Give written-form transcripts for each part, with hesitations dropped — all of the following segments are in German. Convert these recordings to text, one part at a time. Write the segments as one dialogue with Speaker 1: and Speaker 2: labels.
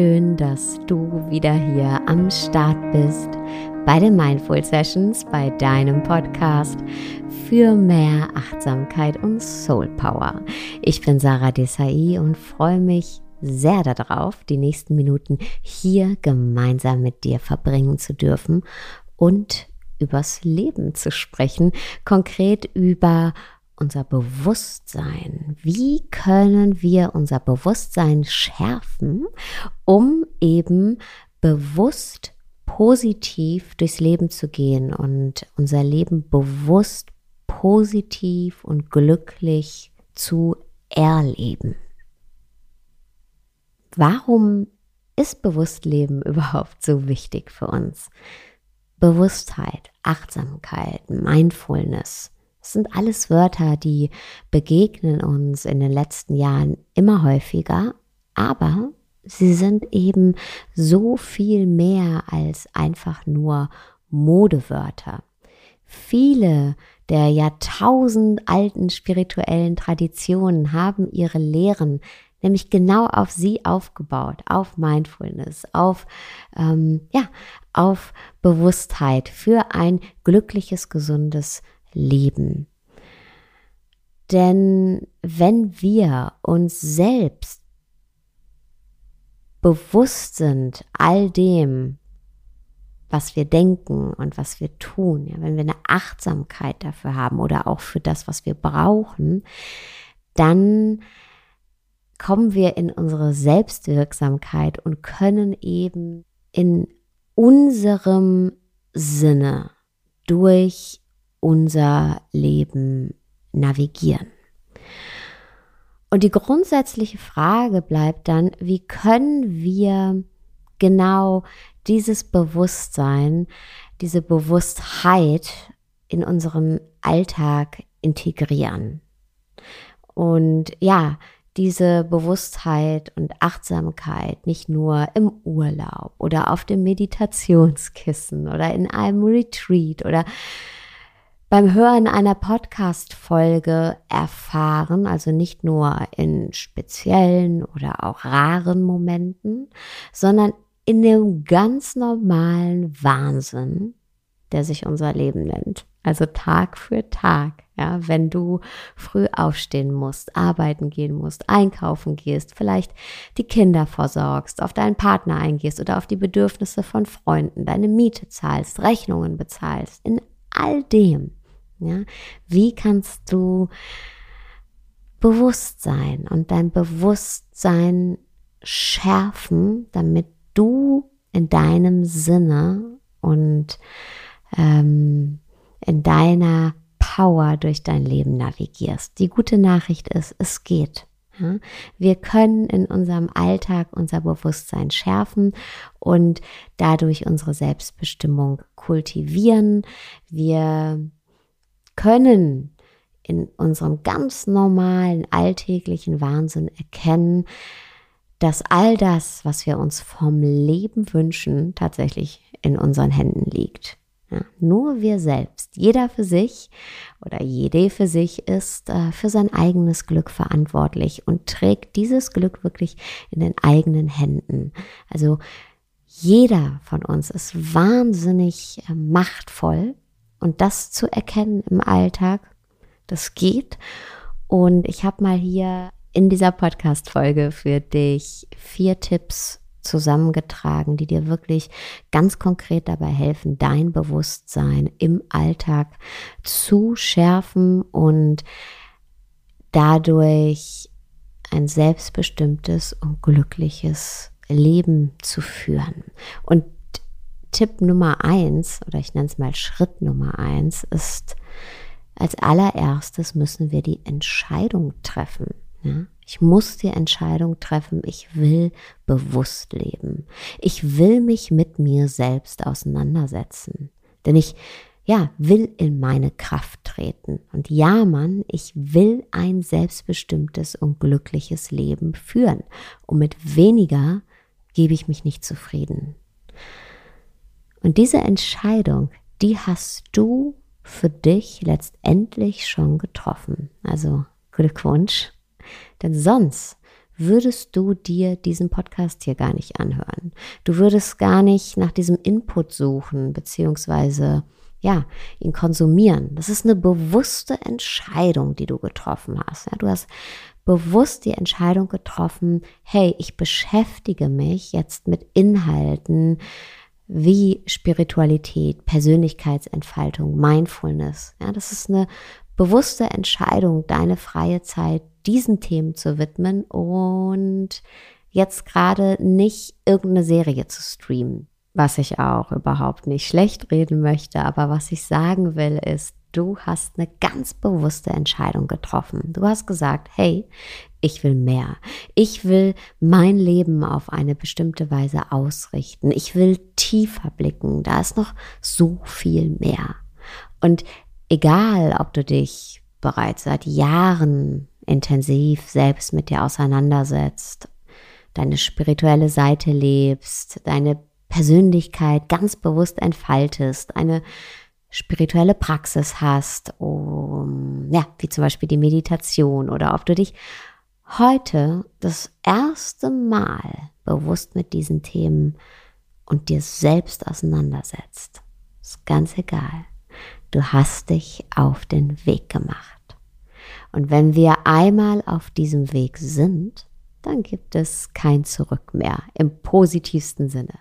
Speaker 1: schön, dass du wieder hier am Start bist bei den Mindful Sessions, bei deinem Podcast für mehr Achtsamkeit und Soul Power. Ich bin Sarah Desai und freue mich sehr darauf, die nächsten Minuten hier gemeinsam mit dir verbringen zu dürfen und übers Leben zu sprechen, konkret über unser Bewusstsein. Wie können wir unser Bewusstsein schärfen, um eben bewusst positiv durchs Leben zu gehen und unser Leben bewusst positiv und glücklich zu erleben? Warum ist Bewusstleben überhaupt so wichtig für uns? Bewusstheit, Achtsamkeit, Mindfulness, das sind alles Wörter, die begegnen uns in den letzten Jahren immer häufiger, aber sie sind eben so viel mehr als einfach nur Modewörter. Viele der jahrtausendalten spirituellen Traditionen haben ihre Lehren nämlich genau auf sie aufgebaut, auf Mindfulness, auf Bewusstheit für ein glückliches, gesundes Leben. Denn wenn wir uns selbst bewusst sind, all dem, was wir denken und was wir tun, ja, wenn wir eine Achtsamkeit dafür haben oder auch für das, was wir brauchen, dann kommen wir in unsere Selbstwirksamkeit und können eben in unserem Sinne durch unser Leben navigieren. Und die grundsätzliche Frage bleibt dann, wie können wir genau dieses Bewusstsein, diese Bewusstheit in unseren Alltag integrieren? Und ja, diese Bewusstheit und Achtsamkeit nicht nur im Urlaub oder auf dem Meditationskissen oder in einem Retreat oder beim Hören einer Podcast-Folge erfahren, also nicht nur in speziellen oder auch raren Momenten, sondern in dem ganz normalen Wahnsinn, der sich unser Leben nennt. Also Tag für Tag, ja, wenn du früh aufstehen musst, arbeiten gehen musst, einkaufen gehst, vielleicht die Kinder versorgst, auf deinen Partner eingehst oder auf die Bedürfnisse von Freunden, deine Miete zahlst, Rechnungen bezahlst, in all dem. Ja, wie kannst du bewusst sein und dein Bewusstsein schärfen, damit du in deinem Sinne und in deiner Power durch dein Leben navigierst? Die gute Nachricht ist, es geht. Ja? Wir können in unserem Alltag unser Bewusstsein schärfen und dadurch unsere Selbstbestimmung kultivieren. Wir können in unserem ganz normalen alltäglichen Wahnsinn erkennen, dass all das, was wir uns vom Leben wünschen, tatsächlich in unseren Händen liegt. Ja, nur wir selbst, jeder für sich oder jede für sich ist für sein eigenes Glück verantwortlich und trägt dieses Glück wirklich in den eigenen Händen. Also jeder von uns ist wahnsinnig machtvoll. Und das zu erkennen im Alltag, das geht. Und ich habe mal hier in dieser Podcast-Folge für dich 4 Tipps zusammengetragen, die dir wirklich ganz konkret dabei helfen, dein Bewusstsein im Alltag zu schärfen und dadurch ein selbstbestimmtes und glückliches Leben zu führen. Und Tipp Nummer 1, oder ich nenne es mal Schritt Nummer 1, ist, als allererstes müssen wir die Entscheidung treffen. Ja? Ich muss die Entscheidung treffen, ich will bewusst leben. Ich will mich mit mir selbst auseinandersetzen. Denn ich will in meine Kraft treten. Und ja, Mann, ich will ein selbstbestimmtes und glückliches Leben führen. Und mit weniger gebe ich mich nicht zufrieden. Und diese Entscheidung, die hast du für dich letztendlich schon getroffen. Also Glückwunsch, denn sonst würdest du dir diesen Podcast hier gar nicht anhören. Du würdest gar nicht nach diesem Input suchen, beziehungsweise ihn konsumieren. Das ist eine bewusste Entscheidung, die du getroffen hast. Ja, du hast bewusst die Entscheidung getroffen, hey, ich beschäftige mich jetzt mit Inhalten wie Spiritualität, Persönlichkeitsentfaltung, Mindfulness. Ja, das ist eine bewusste Entscheidung, deine freie Zeit diesen Themen zu widmen und jetzt gerade nicht irgendeine Serie zu streamen. Was ich auch überhaupt nicht schlecht reden möchte, aber was ich sagen will ist, du hast eine ganz bewusste Entscheidung getroffen. Du hast gesagt, hey, ich will mehr. Ich will mein Leben auf eine bestimmte Weise ausrichten. Ich will tiefer blicken. Da ist noch so viel mehr. Und egal, ob du dich bereits seit Jahren intensiv selbst mit dir auseinandersetzt, deine spirituelle Seite lebst, deine Persönlichkeit ganz bewusst entfaltest, eine spirituelle Praxis hast, wie zum Beispiel die Meditation, oder ob du dich heute das erste Mal bewusst mit diesen Themen und dir selbst auseinandersetzt. Ist ganz egal. Du hast dich auf den Weg gemacht. Und wenn wir einmal auf diesem Weg sind, dann gibt es kein Zurück mehr, im positivsten Sinne.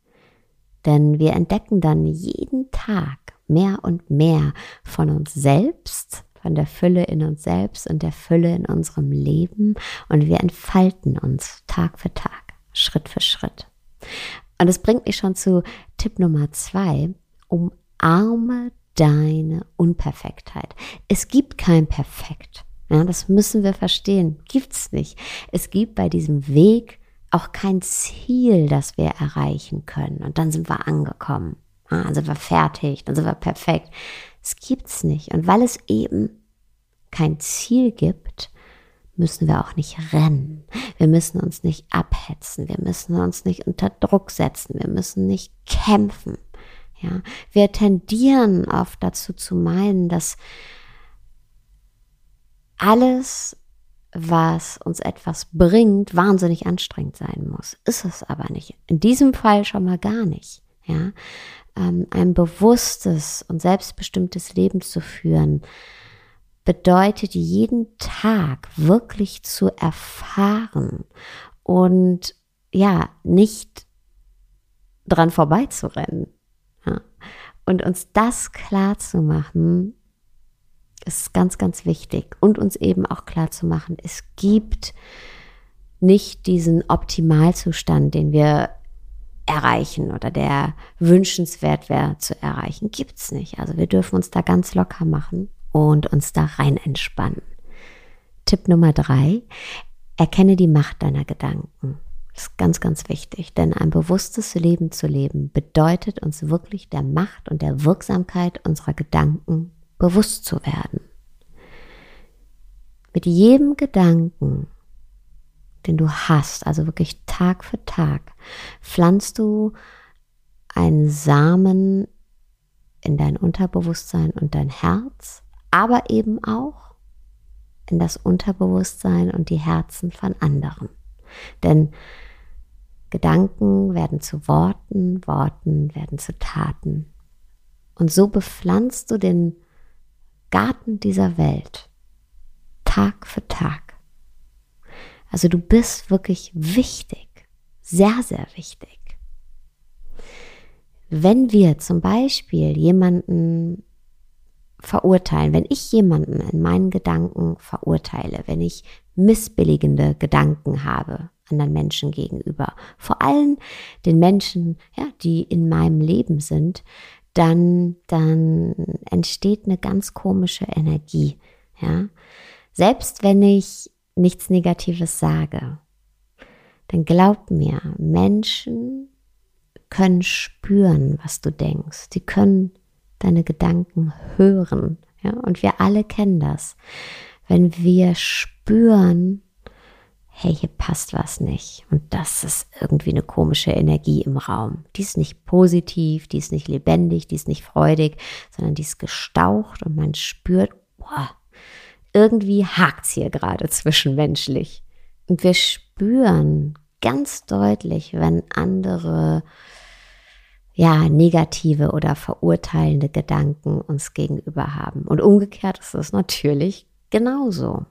Speaker 1: Denn wir entdecken dann jeden Tag mehr und mehr von uns selbst, von der Fülle in uns selbst und der Fülle in unserem Leben. Und wir entfalten uns Tag für Tag, Schritt für Schritt. Und das bringt mich schon zu Tipp Nummer 2, umarme deine Unperfektheit. Es gibt kein Perfekt. Ja, das müssen wir verstehen. Gibt's nicht. Es gibt bei diesem Weg auch kein Ziel, das wir erreichen können. Und dann sind wir angekommen. Ja, dann sind wir fertig, dann sind wir perfekt. Es gibt's nicht. Und weil es eben kein Ziel gibt, müssen wir auch nicht rennen. Wir müssen uns nicht abhetzen. Wir müssen uns nicht unter Druck setzen. Wir müssen nicht kämpfen. Ja, wir tendieren oft dazu zu meinen, dass alles, was uns etwas bringt, wahnsinnig anstrengend sein muss. Ist es aber nicht. In diesem Fall schon mal gar nicht. Ja, ein bewusstes und selbstbestimmtes Leben zu führen, bedeutet jeden Tag wirklich zu erfahren und nicht dran vorbeizurennen. Ja. Und uns das klar zu machen, ist ganz, ganz wichtig. Und uns eben auch klar zu machen, es gibt nicht diesen Optimalzustand, den wir erreichen oder der wünschenswert wäre zu erreichen. Gibt's nicht. Also wir dürfen uns da ganz locker machen und uns da rein entspannen. Tipp Nummer 3, erkenne die Macht deiner Gedanken. Das ist ganz, ganz wichtig, denn ein bewusstes Leben zu leben bedeutet uns wirklich der Macht und der Wirksamkeit unserer Gedanken bewusst zu werden. Mit jedem Gedanken, den du hast, also wirklich Tag für Tag, pflanzt du einen Samen in dein Unterbewusstsein und dein Herz, aber eben auch in das Unterbewusstsein und die Herzen von anderen. Denn Gedanken werden zu Worten, Worten werden zu Taten. Und so bepflanzt du den Garten dieser Welt Tag für Tag. Also du bist wirklich wichtig, sehr, sehr wichtig. Wenn wir zum Beispiel jemanden verurteilen, wenn ich jemanden in meinen Gedanken verurteile, wenn ich missbilligende Gedanken habe anderen Menschen gegenüber, vor allem den Menschen, die in meinem Leben sind, dann entsteht eine ganz komische Energie. Ja? Selbst wenn ich nichts Negatives sage, dann glaub mir, Menschen können spüren, was du denkst. Die können deine Gedanken hören. Ja? Und wir alle kennen das. Wenn wir spüren, hey, hier passt was nicht. Und das ist irgendwie eine komische Energie im Raum. Die ist nicht positiv, die ist nicht lebendig, die ist nicht freudig, sondern die ist gestaucht und man spürt, irgendwie hakt's hier gerade zwischenmenschlich. Und wir spüren ganz deutlich, wenn andere negative oder verurteilende Gedanken uns gegenüber haben. Und umgekehrt ist es natürlich genauso.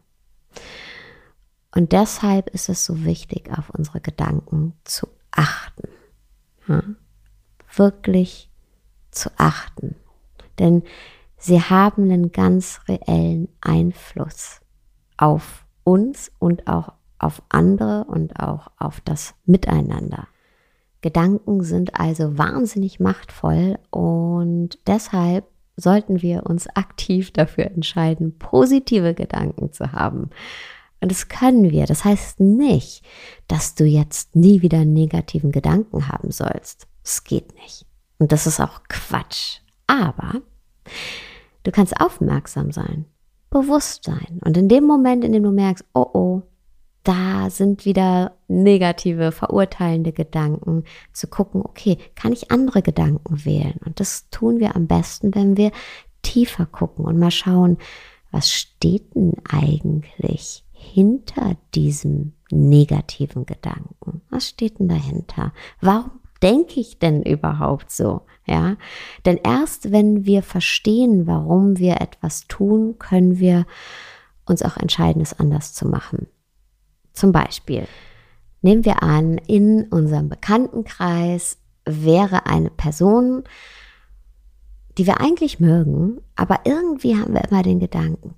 Speaker 1: Und deshalb ist es so wichtig, auf unsere Gedanken zu achten. Ja? Wirklich zu achten. Denn sie haben einen ganz reellen Einfluss auf uns und auch auf andere und auch auf das Miteinander. Gedanken sind also wahnsinnig machtvoll und deshalb sollten wir uns aktiv dafür entscheiden, positive Gedanken zu haben. Und das können wir. Das heißt nicht, dass du jetzt nie wieder einen negativen Gedanken haben sollst. Das geht nicht. Und das ist auch Quatsch. Aber du kannst aufmerksam sein, bewusst sein. Und in dem Moment, in dem du merkst, oh, da sind wieder negative, verurteilende Gedanken, zu gucken, okay, kann ich andere Gedanken wählen? Und das tun wir am besten, wenn wir tiefer gucken und mal schauen, was steht denn eigentlich hinter diesem negativen Gedanken? Was steht denn dahinter? Warum denke ich denn überhaupt so? Ja, denn erst wenn wir verstehen, warum wir etwas tun, können wir uns auch entscheiden, es anders zu machen. Zum Beispiel, nehmen wir an, in unserem Bekanntenkreis wäre eine Person, die wir eigentlich mögen, aber irgendwie haben wir immer den Gedanken,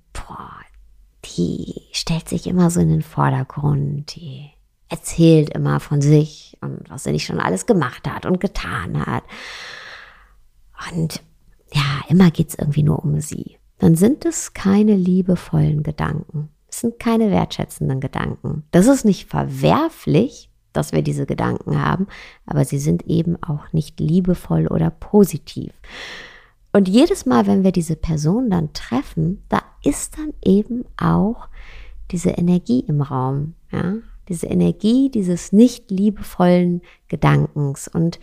Speaker 1: die stellt sich immer so in den Vordergrund, die erzählt immer von sich und was sie nicht schon alles gemacht hat und getan hat. Und ja, immer geht es irgendwie nur um sie. Dann sind es keine liebevollen Gedanken. Es sind keine wertschätzenden Gedanken. Das ist nicht verwerflich, dass wir diese Gedanken haben, aber sie sind eben auch nicht liebevoll oder positiv. Und jedes Mal, wenn wir diese Person dann treffen, da ist dann eben auch diese Energie im Raum, ja? Diese Energie dieses nicht liebevollen Gedankens. Und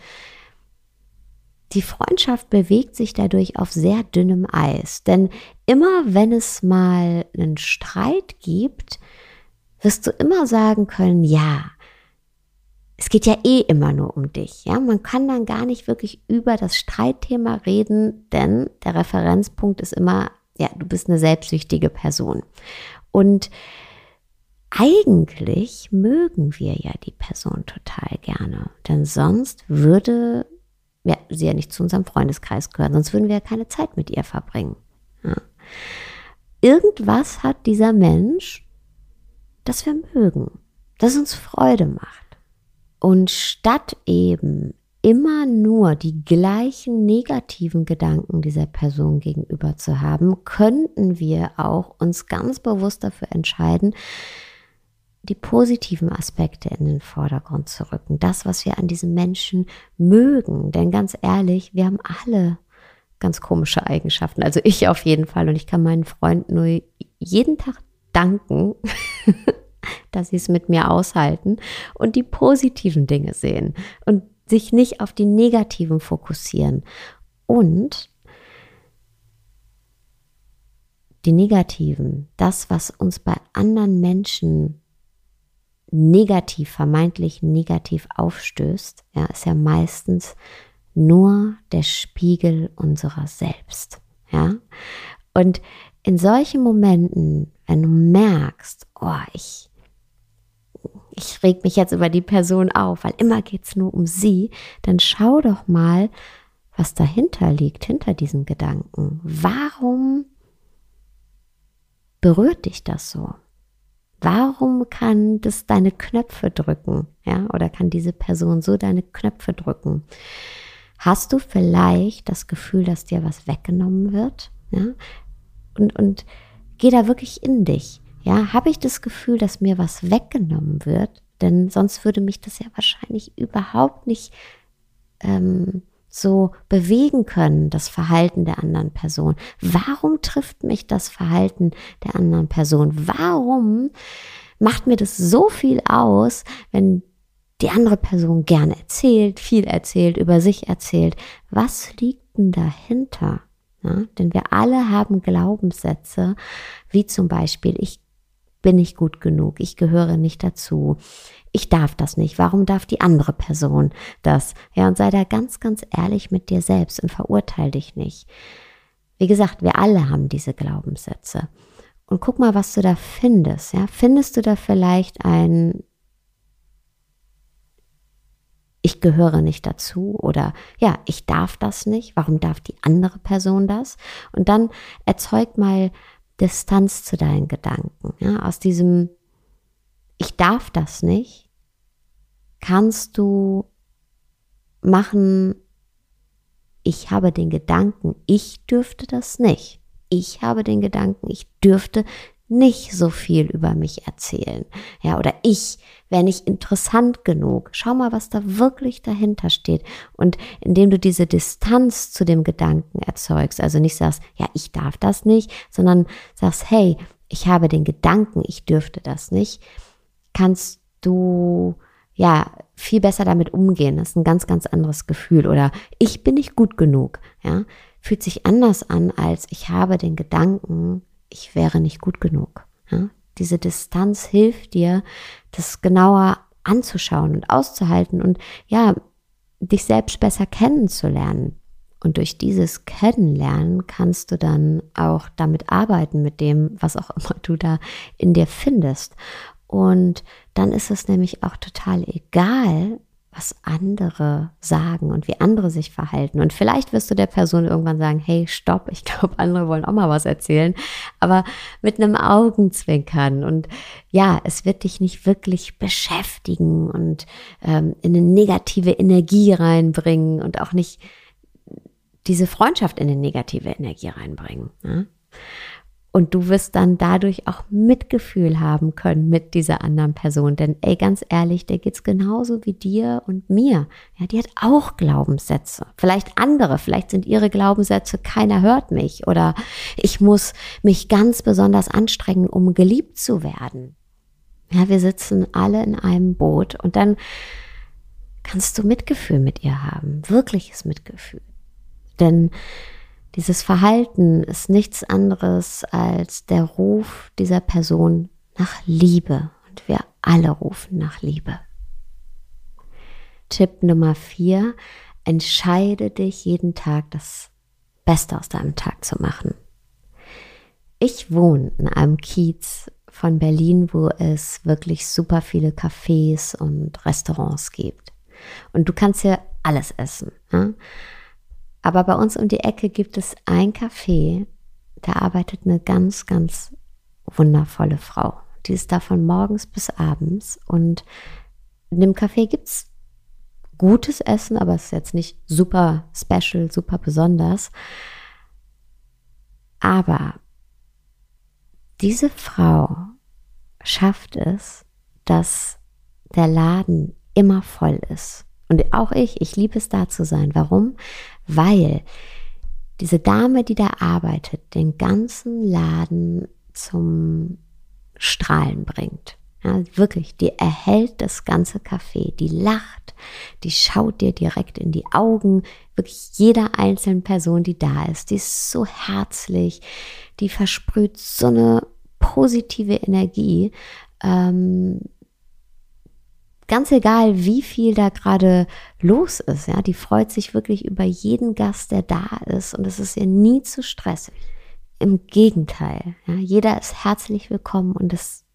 Speaker 1: die Freundschaft bewegt sich dadurch auf sehr dünnem Eis. Denn immer wenn es mal einen Streit gibt, wirst du immer sagen können, ja, es geht ja immer nur um dich. Ja? Man kann dann gar nicht wirklich über das Streitthema reden, denn der Referenzpunkt ist immer, ja, du bist eine selbstsüchtige Person. Und eigentlich mögen wir ja die Person total gerne, denn sonst würde sie ja nicht zu unserem Freundeskreis gehören, sonst würden wir ja keine Zeit mit ihr verbringen. Ja. Irgendwas hat dieser Mensch, das wir mögen, das uns Freude macht. Und statt eben immer nur die gleichen negativen Gedanken dieser Person gegenüber zu haben, könnten wir auch uns ganz bewusst dafür entscheiden, die positiven Aspekte in den Vordergrund zu rücken. Das, was wir an diesem Menschen mögen. Denn ganz ehrlich, wir haben alle ganz komische Eigenschaften. Also ich auf jeden Fall. Und ich kann meinen Freunden nur jeden Tag danken, dass sie es mit mir aushalten und die positiven Dinge sehen und sich nicht auf die negativen fokussieren. Und die negativen, das, was uns bei anderen Menschen negativ, vermeintlich negativ aufstößt, ja, ist ja meistens nur der Spiegel unserer selbst. Ja? Und in solchen Momenten, wenn du merkst, ich reg mich jetzt über die Person auf, weil immer geht es nur um sie, dann schau doch mal, was dahinter liegt, hinter diesem Gedanken. Warum berührt dich das so? Warum kann das deine Knöpfe drücken? Ja? Oder kann diese Person so deine Knöpfe drücken? Hast du vielleicht das Gefühl, dass dir was weggenommen wird? Ja? Und geh da wirklich in dich. Ja? Habe ich das Gefühl, dass mir was weggenommen wird? Denn sonst würde mich das ja wahrscheinlich überhaupt nicht so bewegen können, das Verhalten der anderen Person. Warum trifft mich das Verhalten der anderen Person? Warum macht mir das so viel aus, wenn die andere Person gerne erzählt, viel erzählt, über sich erzählt? Was liegt denn dahinter? Ja, denn wir alle haben Glaubenssätze, wie zum Beispiel, ich bin nicht gut genug, ich gehöre nicht dazu, ich darf das nicht, warum darf die andere Person das? Ja, und sei da ganz, ganz ehrlich mit dir selbst und verurteil dich nicht. Wie gesagt, wir alle haben diese Glaubenssätze. Und guck mal, was du da findest. Ja? Findest du da vielleicht ein Ich gehöre nicht dazu oder ja, ich darf das nicht, warum darf die andere Person das? Und dann erzeug mal Distanz zu deinen Gedanken. Ja? Aus diesem Ich darf das nicht kannst du machen, ich habe den Gedanken, ich dürfte das nicht. Ich habe den Gedanken, ich dürfte nicht so viel über mich erzählen. Ja, oder ich wäre nicht interessant genug. Schau mal, was da wirklich dahinter steht. Und indem du diese Distanz zu dem Gedanken erzeugst, also nicht sagst, ja, ich darf das nicht, sondern sagst, hey, ich habe den Gedanken, ich dürfte das nicht, kannst du ja viel besser damit umgehen. Das ist ein ganz, ganz anderes Gefühl. Oder ich bin nicht gut genug. Ja, fühlt sich anders an, als ich habe den Gedanken, ich wäre nicht gut genug. Ja? Diese Distanz hilft dir, das genauer anzuschauen und auszuhalten und ja, dich selbst besser kennenzulernen. Und durch dieses Kennenlernen kannst du dann auch damit arbeiten, mit dem, was auch immer du da in dir findest. Und dann ist es nämlich auch total egal, was andere sagen und wie andere sich verhalten. Und vielleicht wirst du der Person irgendwann sagen, hey, stopp, ich glaube, andere wollen auch mal was erzählen, aber mit einem Augenzwinkern. Und ja, es wird dich nicht wirklich beschäftigen und in eine negative Energie reinbringen und auch nicht diese Freundschaft in eine negative Energie reinbringen. Ja? Und du wirst dann dadurch auch Mitgefühl haben können mit dieser anderen Person. Denn ey, ganz ehrlich, der geht's genauso wie dir und mir. Ja, die hat auch Glaubenssätze. Vielleicht andere, vielleicht sind ihre Glaubenssätze, keiner hört mich. Oder ich muss mich ganz besonders anstrengen, um geliebt zu werden. Ja, wir sitzen alle in einem Boot und dann kannst du Mitgefühl mit ihr haben. Wirkliches Mitgefühl. Denn dieses Verhalten ist nichts anderes als der Ruf dieser Person nach Liebe. Und wir alle rufen nach Liebe. Tipp Nummer 4, entscheide dich jeden Tag das Beste aus deinem Tag zu machen. Ich wohne in einem Kiez von Berlin, wo es wirklich super viele Cafés und Restaurants gibt. Und du kannst hier alles essen. Ja? Aber bei uns um die Ecke gibt es ein Café, da arbeitet eine ganz, ganz wundervolle Frau. Die ist da von morgens bis abends und in dem Café gibt es gutes Essen, aber es ist jetzt nicht super special, super besonders. Aber diese Frau schafft es, dass der Laden immer voll ist. Und auch ich liebe es, da zu sein. Warum? Weil diese Dame, die da arbeitet, den ganzen Laden zum Strahlen bringt. Ja, wirklich, die erhält das ganze Café, die lacht, die schaut dir direkt in die Augen, wirklich jeder einzelnen Person, die da ist, die ist so herzlich, die versprüht so eine positive Energie, ganz egal, wie viel da gerade los ist, ja, die freut sich wirklich über jeden Gast, der da ist und es ist ihr nie zu stressig. Im Gegenteil, ja, jeder ist herzlich willkommen und das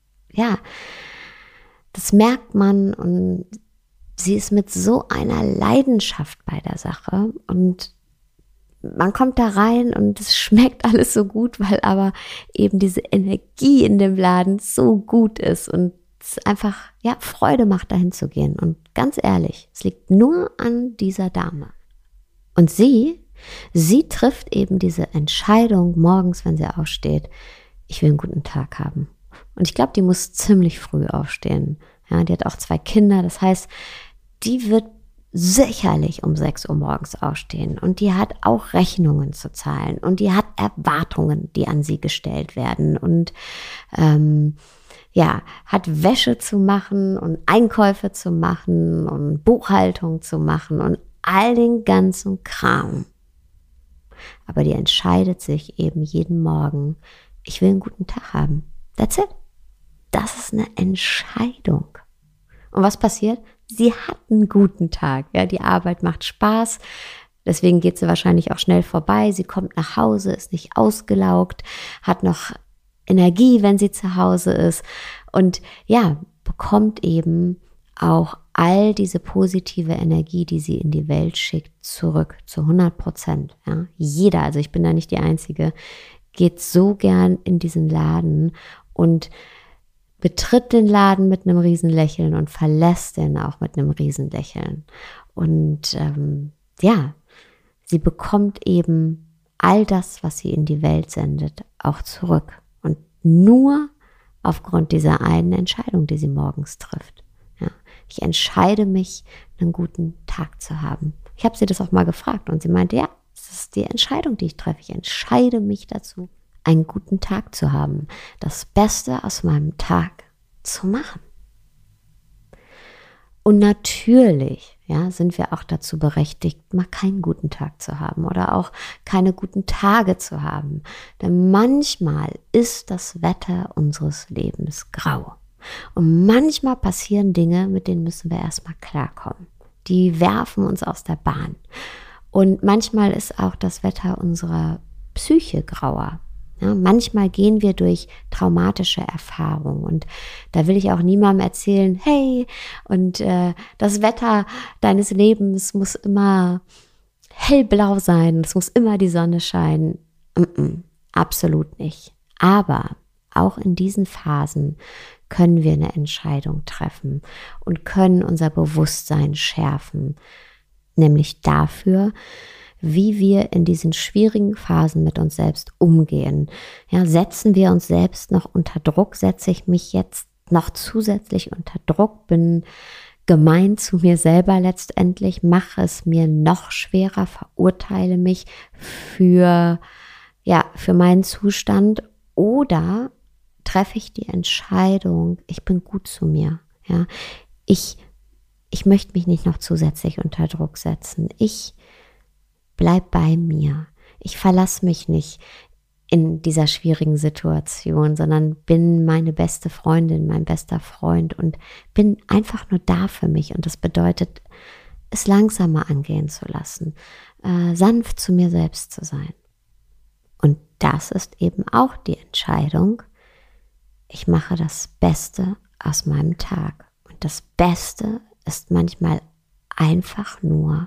Speaker 1: merkt man und sie ist mit so einer Leidenschaft bei der Sache und man kommt da rein und es schmeckt alles so gut, weil aber eben diese Energie in dem Laden so gut ist und es einfach, ja, Freude macht, dahin zu gehen. Und ganz ehrlich, es liegt nur an dieser Dame. Und sie trifft eben diese Entscheidung morgens, wenn sie aufsteht, ich will einen guten Tag haben. Und ich glaube, die muss ziemlich früh aufstehen. Ja, die hat auch 2 Kinder, das heißt, die wird sicherlich um 6 Uhr morgens aufstehen und die hat auch Rechnungen zu zahlen und die hat Erwartungen, die an sie gestellt werden und hat Wäsche zu machen und Einkäufe zu machen und Buchhaltung zu machen und all den ganzen Kram. Aber die entscheidet sich eben jeden Morgen, ich will einen guten Tag haben. That's it. das ist eine Entscheidung. Und was passiert? Sie hat einen guten Tag. Ja, die Arbeit macht Spaß. Deswegen geht sie wahrscheinlich auch schnell vorbei. Sie kommt nach Hause, ist nicht ausgelaugt, hat noch Energie, wenn sie zu Hause ist. Und ja, bekommt eben auch all diese positive Energie, die sie in die Welt schickt, zurück zu 100%. Ja, jeder, also ich bin da nicht die Einzige, geht so gern in diesen Laden und betritt den Laden mit einem Riesenlächeln und verlässt den auch mit einem Riesenlächeln. Und ja, sie bekommt eben all das, was sie in die Welt sendet, auch zurück. Und nur aufgrund dieser einen Entscheidung, die sie morgens trifft. Ja, ich entscheide mich, einen guten Tag zu haben. Ich habe sie das auch mal gefragt und sie meinte, ja, das ist die Entscheidung, die ich treffe. Ich entscheide mich dazu, einen guten Tag zu haben, das Beste aus meinem Tag zu machen. Und natürlich, ja, sind wir auch dazu berechtigt, mal keinen guten Tag zu haben oder auch keine guten Tage zu haben. Denn manchmal ist das Wetter unseres Lebens grau. Und manchmal passieren Dinge, mit denen müssen wir erstmal klarkommen. Die werfen uns aus der Bahn. Und manchmal ist auch das Wetter unserer Psyche grauer. Ja, manchmal gehen wir durch traumatische Erfahrungen und da will ich auch niemandem erzählen, hey, und das Wetter deines Lebens muss immer hellblau sein, es muss immer die Sonne scheinen. Absolut nicht. Aber auch in diesen Phasen können wir eine Entscheidung treffen und können unser Bewusstsein schärfen, nämlich dafür, wie wir in diesen schwierigen Phasen mit uns selbst umgehen. Ja, setzen wir uns selbst noch unter Druck? Setze ich mich jetzt noch zusätzlich unter Druck? Bin gemein zu mir selber letztendlich? Mache es mir noch schwerer? Verurteile mich für meinen Zustand? Oder treffe ich die Entscheidung, ich bin gut zu mir? Ja, ich möchte mich nicht noch zusätzlich unter Druck setzen. Ich bleib bei mir. Ich verlasse mich nicht in dieser schwierigen Situation, sondern bin meine beste Freundin, mein bester Freund und bin einfach nur da für mich. Und das bedeutet, es langsamer angehen zu lassen, sanft zu mir selbst zu sein. Und das ist eben auch die Entscheidung. Ich mache das Beste aus meinem Tag. Und das Beste ist manchmal einfach nur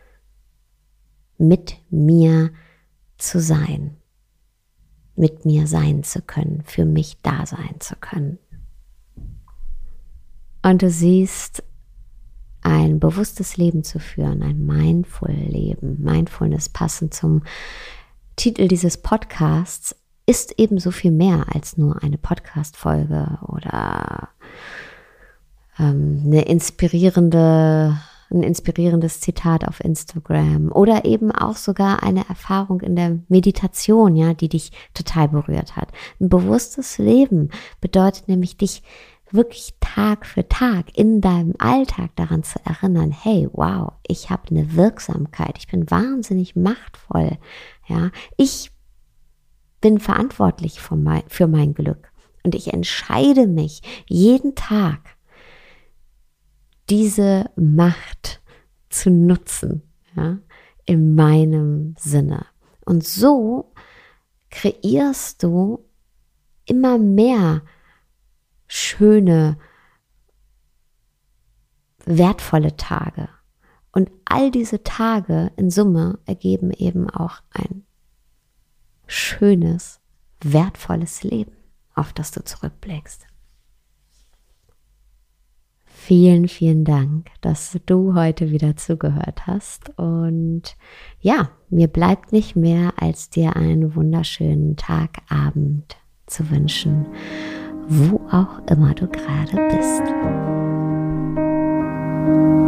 Speaker 1: mit mir zu sein, mit mir sein zu können, für mich da sein zu können. Und du siehst, ein bewusstes Leben zu führen, ein mindful Leben, Mindfulness passend zum Titel dieses Podcasts, ist eben so viel mehr als nur eine Podcast-Folge oder ein inspirierendes Zitat auf Instagram oder eben auch sogar eine Erfahrung in der Meditation, ja, die dich total berührt hat. Ein bewusstes Leben bedeutet nämlich, dich wirklich Tag für Tag in deinem Alltag daran zu erinnern, hey, wow, ich habe eine Wirksamkeit, ich bin wahnsinnig machtvoll, ja, ich bin verantwortlich für mein Glück und ich entscheide mich jeden Tag, diese Macht zu nutzen, ja, in meinem Sinne. Und so kreierst du immer mehr schöne, wertvolle Tage. Und all diese Tage in Summe ergeben eben auch ein schönes, wertvolles Leben, auf das du zurückblickst. Vielen, vielen Dank, dass du heute wieder zugehört hast. Und ja, mir bleibt nicht mehr, als dir einen wunderschönen Tag, Abend zu wünschen, wo auch immer du gerade bist.